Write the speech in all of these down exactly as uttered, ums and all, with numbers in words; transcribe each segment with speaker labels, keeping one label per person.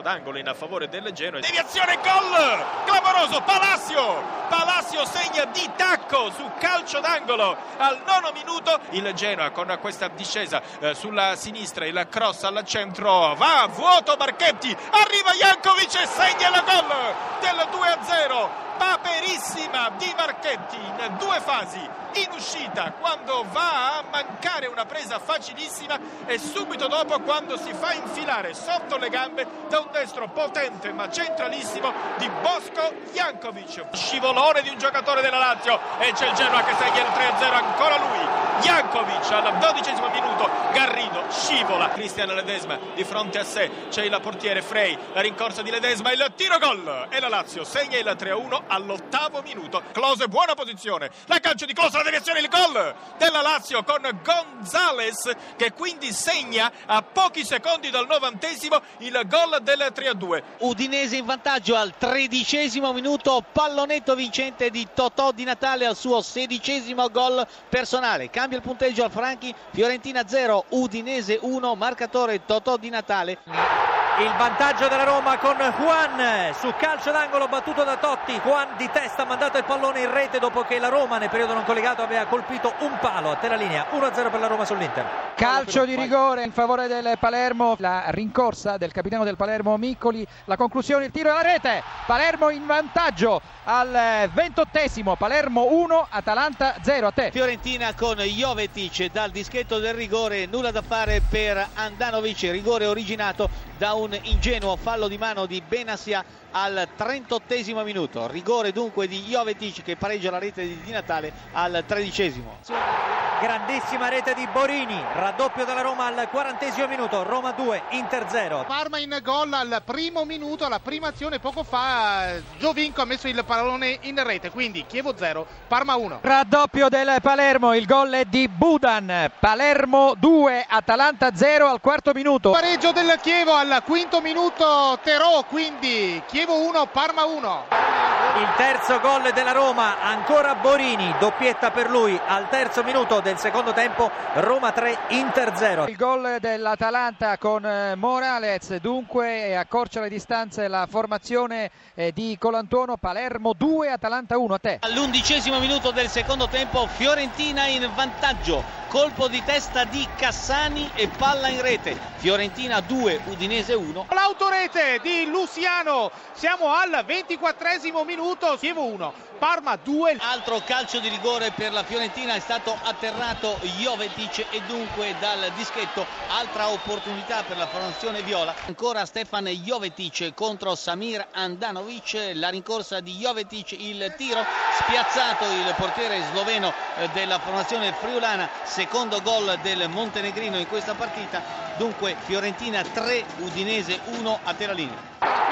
Speaker 1: d'angolo in favore del Genoa. Deviazione, gol clamoroso, Palacio Palacio segna di tacco su calcio d'angolo al nono minuto. Il Genoa con questa discesa eh, sulla sinistra, il cross al centro, va vuoto Marchetti, arriva Jankovic e segna la gol del due a zero. Paperissima di Marchetti in due fasi, in uscita quando va a mancare una presa facilissima e subito dopo quando si fa infilare sotto le gambe da un destro potente ma centralissimo di Boško Jankovic. Scivolone di un giocatore della Lazio e c'è il Genoa che segna il tre a zero, ancora lui Jankovic al dodicesimo minuto, Garrido scivola, Christian Ledesma di fronte a sé, c'è il portiere Frey, la rincorsa di Ledesma, il tiro gol e la Lazio segna il tre a uno all'ottavo minuto. Klose, buona posizione, la calcio di Klose, la deviazione, il gol della Lazio con Gonzalez che quindi segna a pochi secondi dal novantesimo il gol del tre a due.
Speaker 2: Udinese in vantaggio al tredicesimo minuto, pallonetto vincente di Totò Di Natale al suo sedicesimo gol personale. Cambia il punteggio al Franchi, Fiorentina zero, Udinese uno, marcatore Totò Di Natale.
Speaker 3: Il vantaggio della Roma con Juan su calcio d'angolo battuto da Totti. Juan di testa ha mandato il pallone in rete dopo che la Roma nel periodo non collegato aveva colpito un palo a terra linea. uno a zero per la Roma sull'Inter.
Speaker 4: Calcio di rigore in favore del Palermo, la rincorsa del capitano del Palermo Miccoli, la conclusione, il tiro alla rete, Palermo in vantaggio al ventottesimo, Palermo uno, Atalanta zero. A te.
Speaker 2: Fiorentina con Jovetic dal dischetto del rigore, nulla da fare per Andanovic, rigore originato da un ingenuo fallo di mano di Benassia al trentottesimo minuto. Rigore dunque di Jovetic che pareggia la rete di Di Natale al tredicesimo.
Speaker 3: Grandissima rete di Borini, raddoppio della Roma al quarantesimo minuto, Roma due, Inter zero.
Speaker 5: Parma in gol al primo minuto, alla prima azione poco fa Giovinco ha messo il pallone in rete, quindi Chievo zero, Parma uno.
Speaker 4: Raddoppio del Palermo, il gol è di Budan, Palermo due, Atalanta zero al quarto minuto.
Speaker 5: Pareggio del Chievo al quinto minuto, Terò, quindi Chievo uno, Parma uno.
Speaker 3: Il terzo gol della Roma, ancora Borini, doppietta per lui al terzo minuto del secondo tempo, Roma tre, Inter zero.
Speaker 4: Il gol dell'Atalanta con Morales dunque accorcia le distanze la formazione di Colantuono. Palermo due, Atalanta uno. A te.
Speaker 2: All'undicesimo minuto del secondo tempo, Fiorentina in vantaggio, colpo di testa di Cassani e palla in rete. Fiorentina due, Udinese uno.
Speaker 5: L'autorete di Luciano, siamo al ventiquattresimo minuto, Chievo uno, Parma due.
Speaker 2: Altro calcio di rigore per la Fiorentina, è stato atterrato Jovetic e dunque dal dischetto altra opportunità per la formazione viola. Ancora Stefan Jovetic contro Samir Andanovic, la rincorsa di Jovetic, il tiro spiazzato, il portiere sloveno della formazione friulana, secondo gol del montenegrino in questa partita. Dunque Fiorentina tre, Udinese uno a terra linea.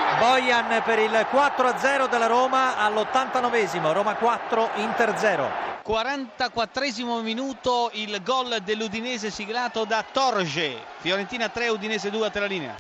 Speaker 3: Bojan per il quattro a zero della Roma all'ottantanovesimo, Roma quattro, Inter zero.
Speaker 2: quarantaquattresimo minuto, il gol dell'Udinese siglato da Torge. Fiorentina tre, Udinese due a terra linea.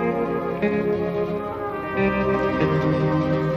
Speaker 6: Thank you.